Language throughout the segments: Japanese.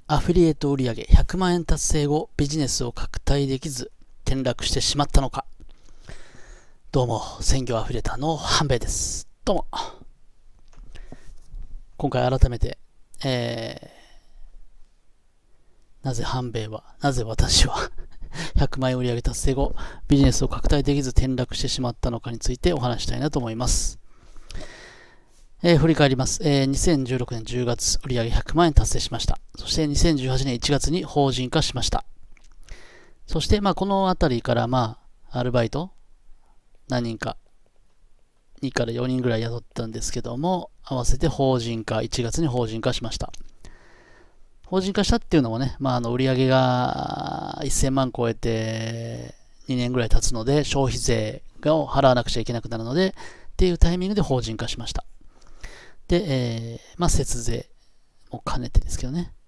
アフィリエイト売上100万円達成後、ビジネスを拡大できず、転落してしまったのか。どうも、専業アフィリエーターの半兵衛です。どうも。今回改めて、なぜ私は100万円売上達成後、ビジネスを拡大できず転落してしまったのかについてお話したいなと思います。振り返ります。2016年10月、売上100万円達成しました。そして2018年1月に法人化しました。そして、このあたりから、アルバイト、何人か、2から4人ぐらい雇ったんですけども、合わせて法人化、1月に法人化しました。法人化したっていうのもね、売上が1000万超えて2年ぐらい経つので、消費税を払わなくちゃいけなくなるので、っていうタイミングで法人化しました。で、節税も兼ねてですけどね。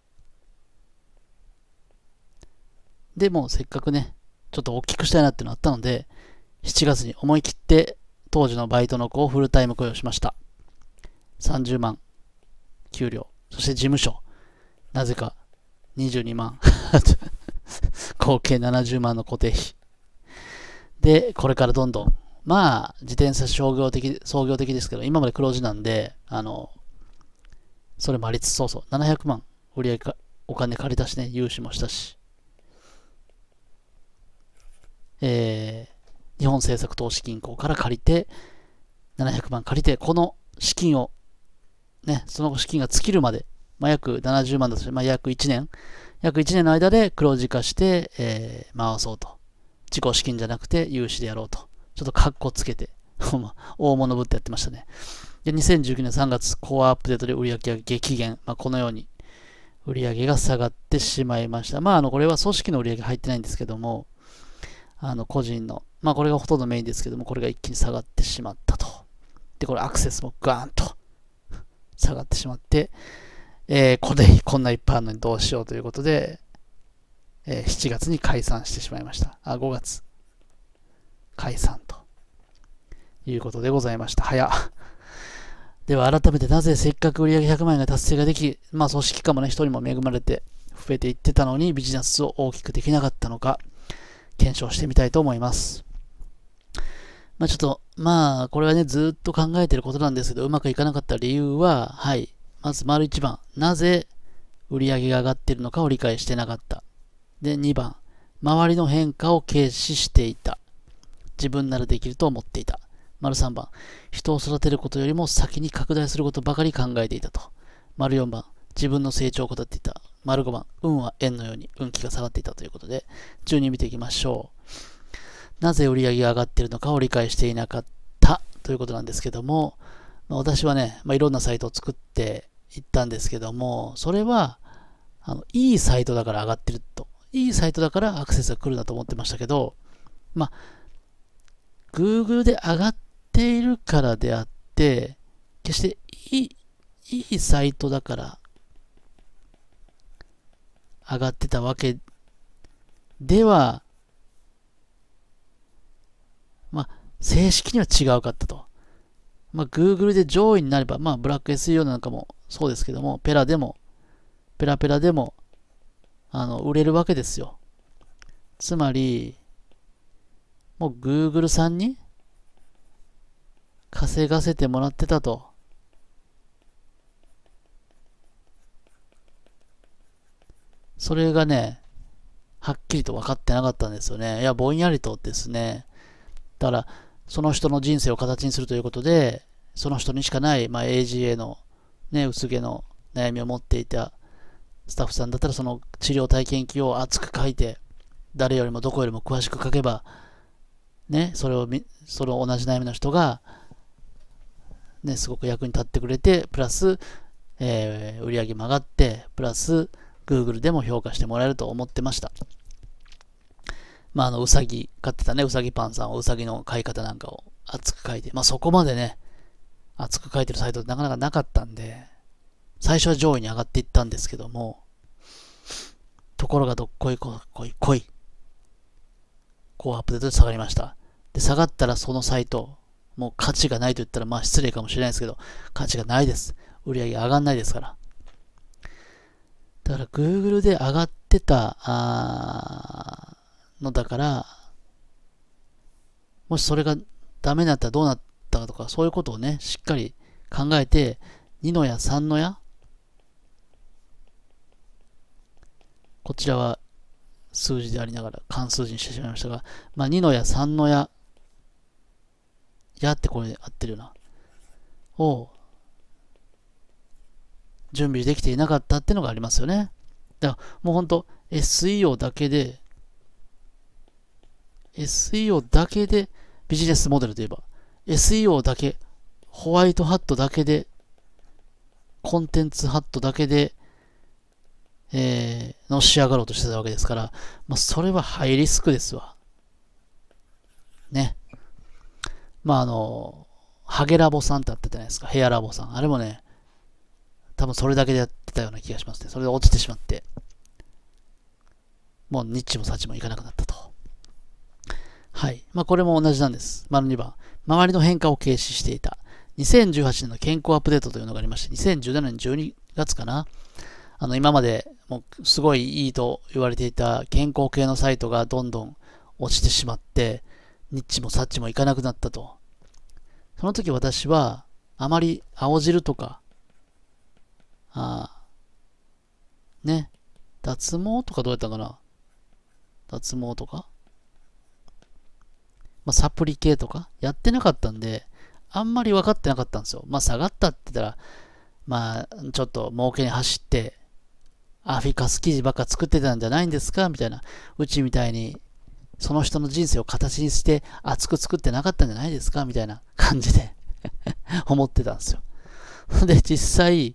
でもせっかくね、ちょっと大きくしたいなっていうのがあったので、7月に思い切って当時のバイトの子をフルタイム雇用しました。30万給料、そして事務所、なぜか22万合計70万の固定費で、これからどんどん自転車創業的ですけど、今まで黒字なんで、それもありつつ、700万売り上げか、お金借りたしね、融資もしたし、日本政策投資銀行から借りて、700万借りて、この資金を、その資金が尽きるまで、約70万だとして、約1年の間で黒字化して、回そうと。自己資金じゃなくて融資でやろうと。ちょっとカッコつけて、大物ぶってやってましたね。で、2019年3月、コアアップデートで売上が激減。このように、売上が下がってしまいました。これは組織の売上入ってないんですけども、個人の、これがほとんどメインですけども、これが一気に下がってしまったと。で、これアクセスもガーンと下がってしまって、こんないっぱいあるのにどうしようということで、7月に解散してしまいました。5月。解散ということでございました。では改めてなぜせっかく売上100万円が達成ができ、組織化もね、人にも恵まれて増えていってたのにビジネスを大きくできなかったのか、検証してみたいと思います。これはね、ずっと考えてることなんですけど、うまくいかなかった理由は、まず丸1番、なぜ売上が上がっているのかを理解してなかった。で、2番、周りの変化を軽視していた。自分ならできると思っていた。丸3番、人を育てることよりも先に拡大することばかり考えていたと。丸4番、自分の成長を怠っていた。丸5番、運は円のように運気が下がっていたということで、順に見ていきましょう。なぜ売上が上がっているのかを理解していなかったということなんですけども、私はね、いろんなサイトを作っていったんですけども、それは、いいサイトだから上がってると。いいサイトだからアクセスが来るんだと思ってましたけど、Google で上がっているからであって、決していいサイトだから上がってたわけでは、正式には違うかったと。Google で上位になれば、ブラック SEO なんかもそうですけども、ペラペラでも、売れるわけですよ。つまり、もう Google さんに稼がせてもらってたと。それがね、はっきりと分かってなかったんですよね。いや、ぼんやりとですね。だから、その人の人生を形にするということで、その人にしかない、AGA の、薄毛の悩みを持っていたスタッフさんだったら、その治療体験記を熱く書いて、誰よりもどこよりも詳しく書けば、その同じ悩みの人が、すごく役に立ってくれて、プラス、売り上げも上がって、プラス、Google でも評価してもらえると思ってました。うさぎ、飼ってたね、うさぎパンさんはうさぎの飼い方なんかを熱く書いて、そこまでね、熱く書いてるサイトってなかなかなかったんで、最初は上位に上がっていったんですけども、ところがどっこい。コアアップデートで下がりました。で、下がったらそのサイト、もう価値がないと言ったら失礼かもしれないですけど、価値がないです。売り上げ上がんないですから。 だから Google で上がってたのだから、もしそれがダメになったらどうなったかとか、そういうことをね、しっかり考えて、2の矢、3の矢、こちらは数字でありながら漢数字にしてしまいましたが、まあ、2の矢、3の矢、矢ってこれ合ってるよな。を準備できていなかったっていうのがありますよね。だからもうほんと SEO だけで、SEO だけでビジネスモデルといえば、SEO だけ、ホワイトハットだけで、コンテンツハットだけで、のし上がろうとしてたわけですから、まあ、それはハイリスクですわ。ね。まあ、ハゲラボさんってあったじゃないですか。ヘアラボさん。あれもね、多分それだけでやってたような気がしますね。それで落ちてしまって、もうニッチもサチもいかなくなったと。はい。まあ、これも同じなんです。丸2番。周りの変化を軽視していた。2018年の健康アップデートというのがありまして、2017年12月かな。今までもうすごいいいと言われていた健康系のサイトがどんどん落ちてしまって、ニッチもサッチもいかなくなったと。その時私は、あまり青汁とか、ね、脱毛とかどうやったかな、脱毛とか、まあ、サプリ系とかやってなかったんで、あんまり分かってなかったんですよ。まあ、下がったって言ったら、まあ、ちょっと儲けに走って、アフィカス記事ばっか作ってたんじゃないんですかみたいな。うちみたいに、その人の人生を形にして熱く作ってなかったんじゃないですかみたいな感じで思ってたんですよ。で、実際、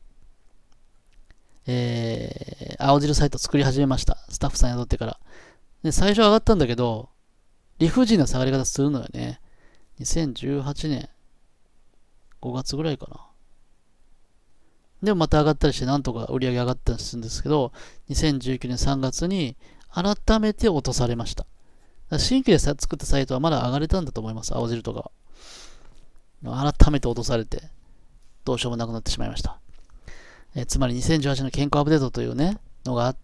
青汁サイト作り始めました。スタッフさん雇ってから。で、最初上がったんだけど、理不尽な下がり方するのよね。2018年5月ぐらいかな。でもまた上がったりして、なんとか売り上げ上がったりするんですけど、2019年3月に改めて落とされました。新規で作ったサイトはまだ上がれたんだと思います。青汁とかは。改めて落とされて、どうしようもなくなってしまいました。つまり2018年の健康アップデートというね、のがあって、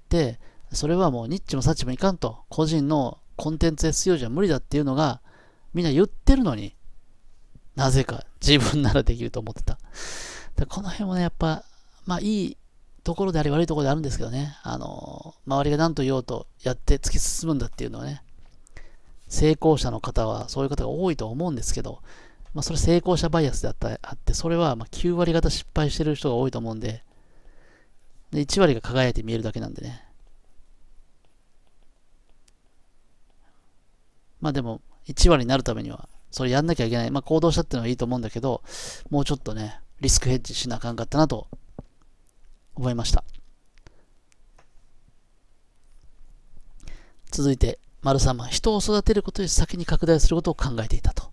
それはもうニッチもサッチもいかんと、個人のコンテンツ SEO じゃ無理だっていうのが、みんな言ってるのに、なぜか自分ならできると思ってた。この辺もね、やっぱ、まあいいところであり悪いところであるんですけどね、周りが何と言おうとやって突き進むんだっていうのはね、成功者の方はそういう方が多いと思うんですけど、まあそれ成功者バイアスであって、それはまあ9割方失敗してる人が多いと思うんで、1割が輝いて見えるだけなんでね。まあでも、1割になるためには、それやんなきゃいけない。まあ行動したっていうのはいいと思うんだけど、もうちょっとね、リスクヘッジしなあかんかったなと思いました。続いて、丸3番。人を育てることより先に拡大することを考えていたと。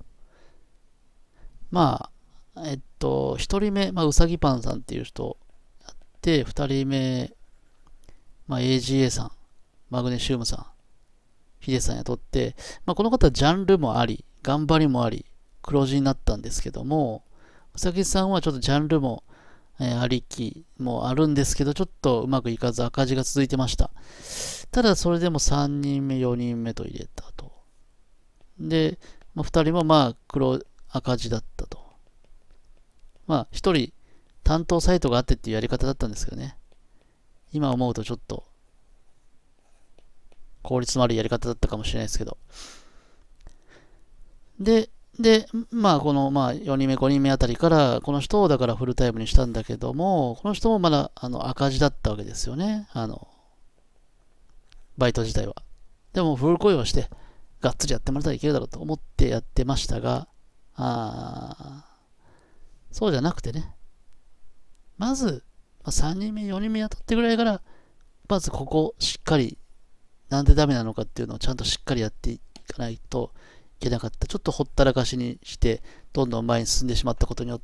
まあ、1人目、まあ、うさぎパンさんっていう人やって、2人目、まあ、AGA さん、マグネシウムさん、ヒデさん雇って、まあ、この方はジャンルもあり、頑張りもあり、黒字になったんですけども、うさぎさんはちょっとジャンルも、ありきもあるんですけど、ちょっとうまくいかず赤字が続いてました。ただ、それでも3人目、4人目と入れたと。で、まあ、2人もまあ赤字だったと。まあ、1人担当サイトがあってっていうやり方だったんですけどね。今思うとちょっと効率の悪いやり方だったかもしれないですけど。で、まあ、この、まあ、4人目、5人目あたりから、この人をだからフルタイムにしたんだけども、この人もまだ、赤字だったわけですよね。バイト自体は。でも、フル雇用して、がっつりやってもらったらいけるだろうと思ってやってましたが、そうじゃなくてね。まず、3人目、4人目雇ってぐらいから、まずここ、しっかり、なんでダメなのかっていうのをちゃんとしっかりやっていかないと、いけなかった。ちょっとほったらかしにして、どんどん前に進んでしまったことによって、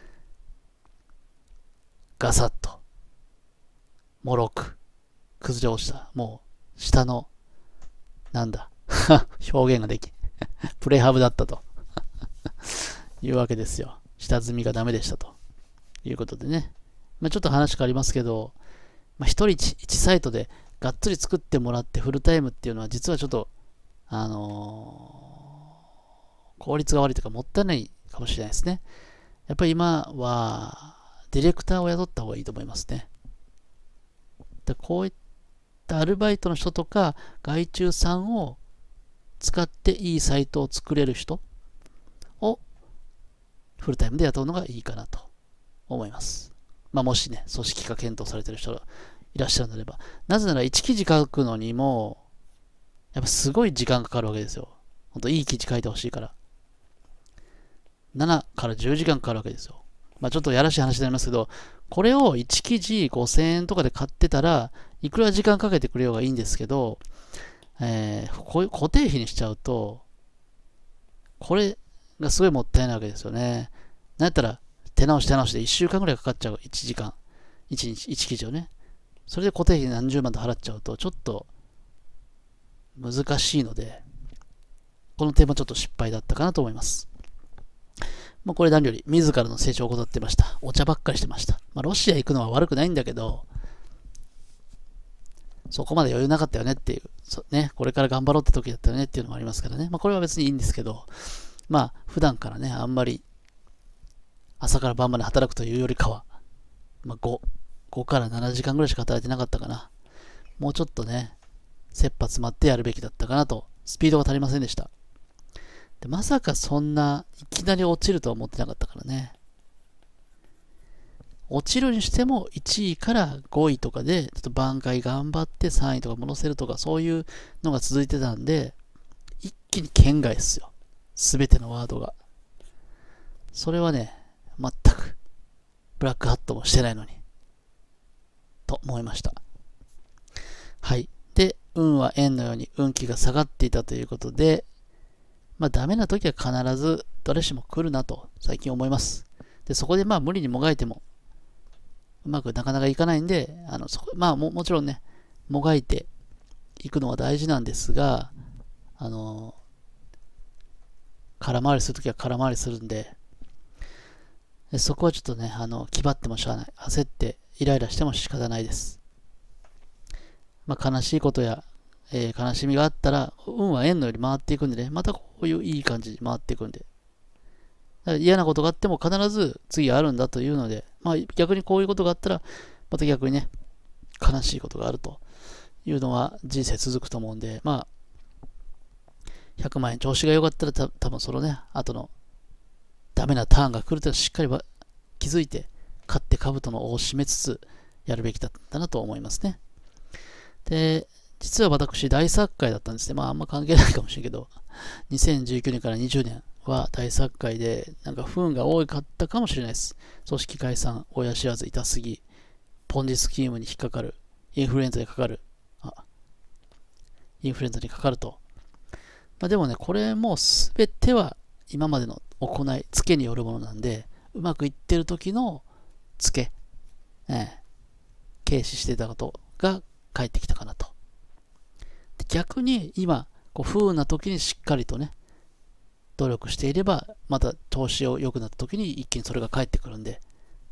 ガサッと、脆く、崩れ落ちた。もう、下の、なんだ、表現ができ、プレハブだったというわけですよ。下積みがダメでしたということでね。まあ、ちょっと話変わりますけど、 一人一サイトでがっつり作ってもらってフルタイムっていうのは実はちょっと、効率が悪いというかもったいないかもしれないですね。やっぱり今はディレクターを雇った方がいいと思いますね。でこういったアルバイトの人とか外注さんを使っていいサイトを作れる人をフルタイムで雇うのがいいかなと思います。もしね、組織化検討されている人がいらっしゃるのであれば。なぜなら1記事書くのにも、やっぱすごい時間かかるわけですよ。ほんといい記事書いてほしいから。7から10時間かかるわけですよ。ちょっとやらしい話になりますけど、これを1記事5000円とかで買ってたら、いくら時間かけてくれようがいいんですけど、こういう固定費にしちゃうと、これがすごいもったいないわけですよね。なんやったら、手直しで1週間ぐらいかかっちゃう。1時間。1日、1記事をね。それで固定費何十万と払っちゃうと、ちょっと難しいので、このテーマちょっと失敗だったかなと思います。これ何より自らの成長を怠ってました。お茶ばっかりしてました。ロシア行くのは悪くないんだけど、そこまで余裕なかったよねっていう、ね、これから頑張ろうって時だったよねっていうのもありますからね。これは別にいいんですけど、普段からね、あんまり朝から晩まで働くというよりかは、5から7時間ぐらいしか働いてなかったかな。もうちょっとね、切羽詰まってやるべきだったかなと、スピードが足りませんでした。でまさかそんないきなり落ちるとは思ってなかったからね。落ちるにしても1位から5位とかで、ちょっと挽回頑張って3位とか戻せるとか、そういうのが続いてたんで、一気に圏外ですよ。すべてのワードが。それはね、全く、ブラックハットもしてないのに。と思いました。はい。で、運は円のように運気が下がっていたということで、ダメな時は必ず誰しも来るなと最近思います。で、そこで無理にもがいてもうまくなかなかいかないんで、もちろんね、もがいていくのは大事なんですが、空回りするときは空回りするんで、そこはちょっとね、気張ってもしゃあない。焦ってイライラしても仕方ないです。悲しいことや、悲しみがあったら、運は円のように回っていくんでね、またこういういい感じに回っていくんで。嫌なことがあっても必ず次あるんだというので、逆にこういうことがあったら、また逆にね、悲しいことがあるというのは人生続くと思うんで、100万円調子が良かったら多分そのね、後のダメなターンが来るとしっかり気づいて、勝って兜の尾を締めつつやるべきだったなと思いますね。で、実は私大作会だったんですね。あんま関係ないかもしれんけど、2019年から20年は大作会で、不運が多かったかもしれないです。組織解散、親知らず、痛すぎ、ポンジスキームに引っかかる、インフルエンザにかかると。でもね、これも全ては今までの行い、ツケによるものなんで、うまくいってる時のツケ、軽視してたことが返ってきたかなと。で逆に今、不運な時にしっかりとね、努力していれば、また投資を良くなった時に一気にそれが返ってくるんで、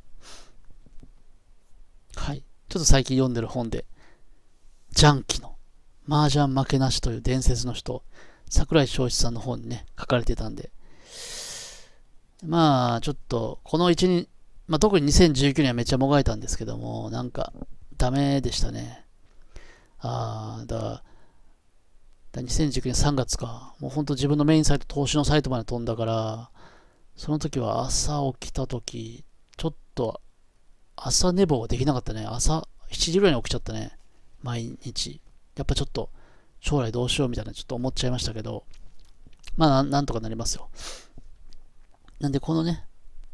はい。ちょっと最近読んでる本で、ジャンキの麻雀負けなしという伝説の人、桜井翔一さんの本にね、書かれてたんで、ちょっと、この1、2、特に2019年はめっちゃもがいたんですけども、ダメでしたね。2019年3月か。もうほんと自分のメインサイト、投資のサイトまで飛んだから、その時は朝起きた時、ちょっと朝寝坊ができなかったね。朝7時ぐらいに起きちゃったね。毎日。やっぱちょっと将来どうしようみたいなちょっと思っちゃいましたけど、なんとかなりますよ。なんでこのね、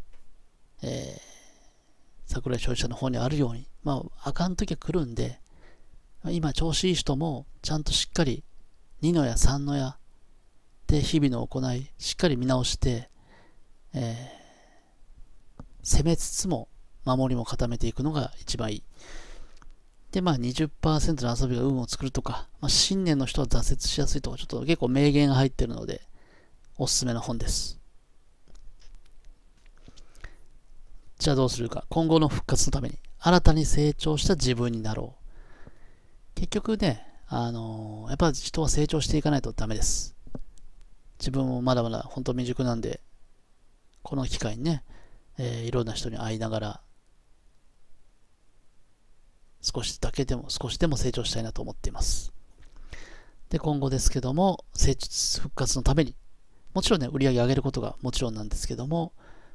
桜井翔一さんの方にあるように、あかん時は来るんで、今調子いい人もちゃんとしっかり2の矢3の矢で日々の行いしっかり見直して、攻めつつも守りも固めていくのが一番いい。で、20% の遊びが運を作るとか、信念の人は挫折しやすいとか、ちょっと結構名言が入ってるので、おすすめの本です。じゃあどうするか。今後の復活のために新たに成長した自分になろう。結局ね、やっぱ人は成長していかないとダメです。自分もまだまだ本当未熟なんで、この機会にね、いろんな人に会いながら、少しでも成長したいなと思っています。で、今後ですけども、復活のために、もちろんね、売り上げ上げることがもちろんなんですけども、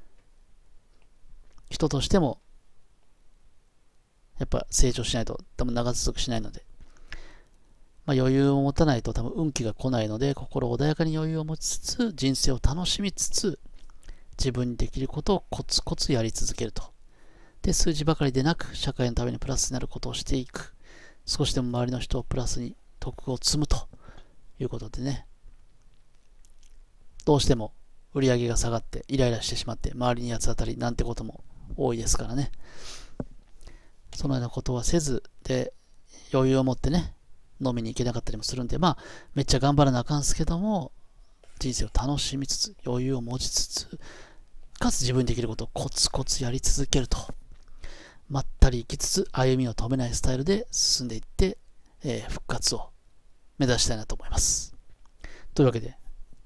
人としても、やっぱ成長しないと多分長続くしないので、余裕を持たないと多分運気が来ないので、心穏やかに余裕を持ちつつ、人生を楽しみつつ、自分にできることをコツコツやり続けると。で、数字ばかりでなく、社会のためにプラスになることをしていく。少しでも周りの人をプラスに徳を積むということでね、どうしても売り上げが下がってイライラしてしまって周りに八つ当たりなんてことも多いですからね。そのようなことはせずで、余裕を持ってね、飲みに行けなかったりもするんで、めっちゃ頑張らなあかんすけども、人生を楽しみつつ、余裕を持ちつつ、かつ自分にできることをコツコツやり続けると。まったり生きつつ、歩みを止めないスタイルで進んでいって、復活を目指したいなと思います。というわけで、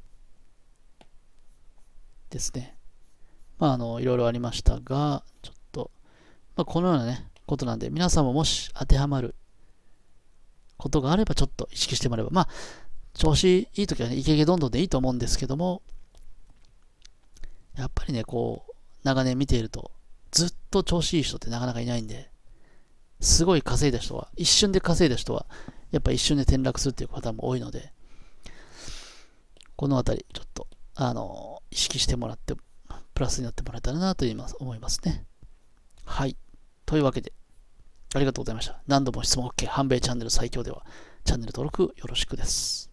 ですね。いろいろありましたが、ちょっと、このようなね、ことなんで、皆さんももし当てはまることがあれば、ちょっと意識してもらえば、調子いいときはね、イケイケどんどんでいいと思うんですけども、やっぱりね、長年見ていると、ずっと調子いい人ってなかなかいないんで、すごい稼いだ人は、一瞬で稼いだ人は、やっぱ一瞬で転落するっていう方も多いので、このあたり、ちょっと、意識してもらって、プラスになってもらえたらなと思いますね。はい。というわけで、ありがとうございました。何度も質問 OK、半米チャンネル最強では、チャンネル登録よろしくです。